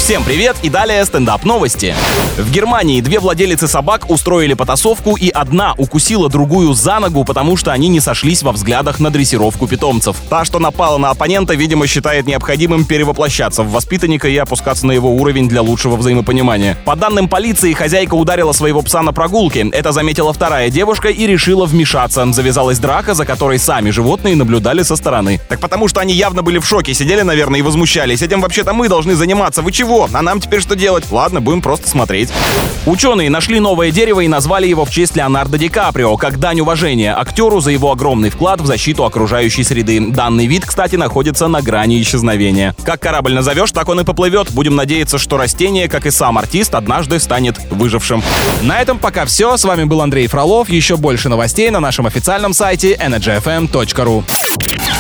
Всем привет и далее стендап-новости. В Германии две владелицы собак устроили потасовку, и одна укусила другую за ногу, потому что они не сошлись во взглядах на дрессировку питомцев. Та, что напала на оппонента, видимо, считает необходимым перевоплощаться в воспитанника и опускаться на его уровень для лучшего взаимопонимания. По данным полиции, хозяйка ударила своего пса на прогулке. Это заметила вторая девушка и решила вмешаться. Завязалась драка, за которой сами животные наблюдали со стороны. Так потому что они явно были в шоке, сидели, наверное, и возмущались. Этим вообще-то мы должны заниматься. Вы чего? А нам теперь что делать? Ладно, будем просто смотреть. Ученые нашли новое дерево и назвали его в честь Леонардо Ди Каприо, как дань уважения актеру за его огромный вклад в защиту окружающей среды. Данный вид, кстати, находится на грани исчезновения. Как корабль назовешь, так он и поплывет. Будем надеяться, что растение, как и сам артист, однажды станет выжившим. На этом пока все. С вами был Андрей Фролов. Еще больше новостей на нашем официальном сайте energyfm.ru.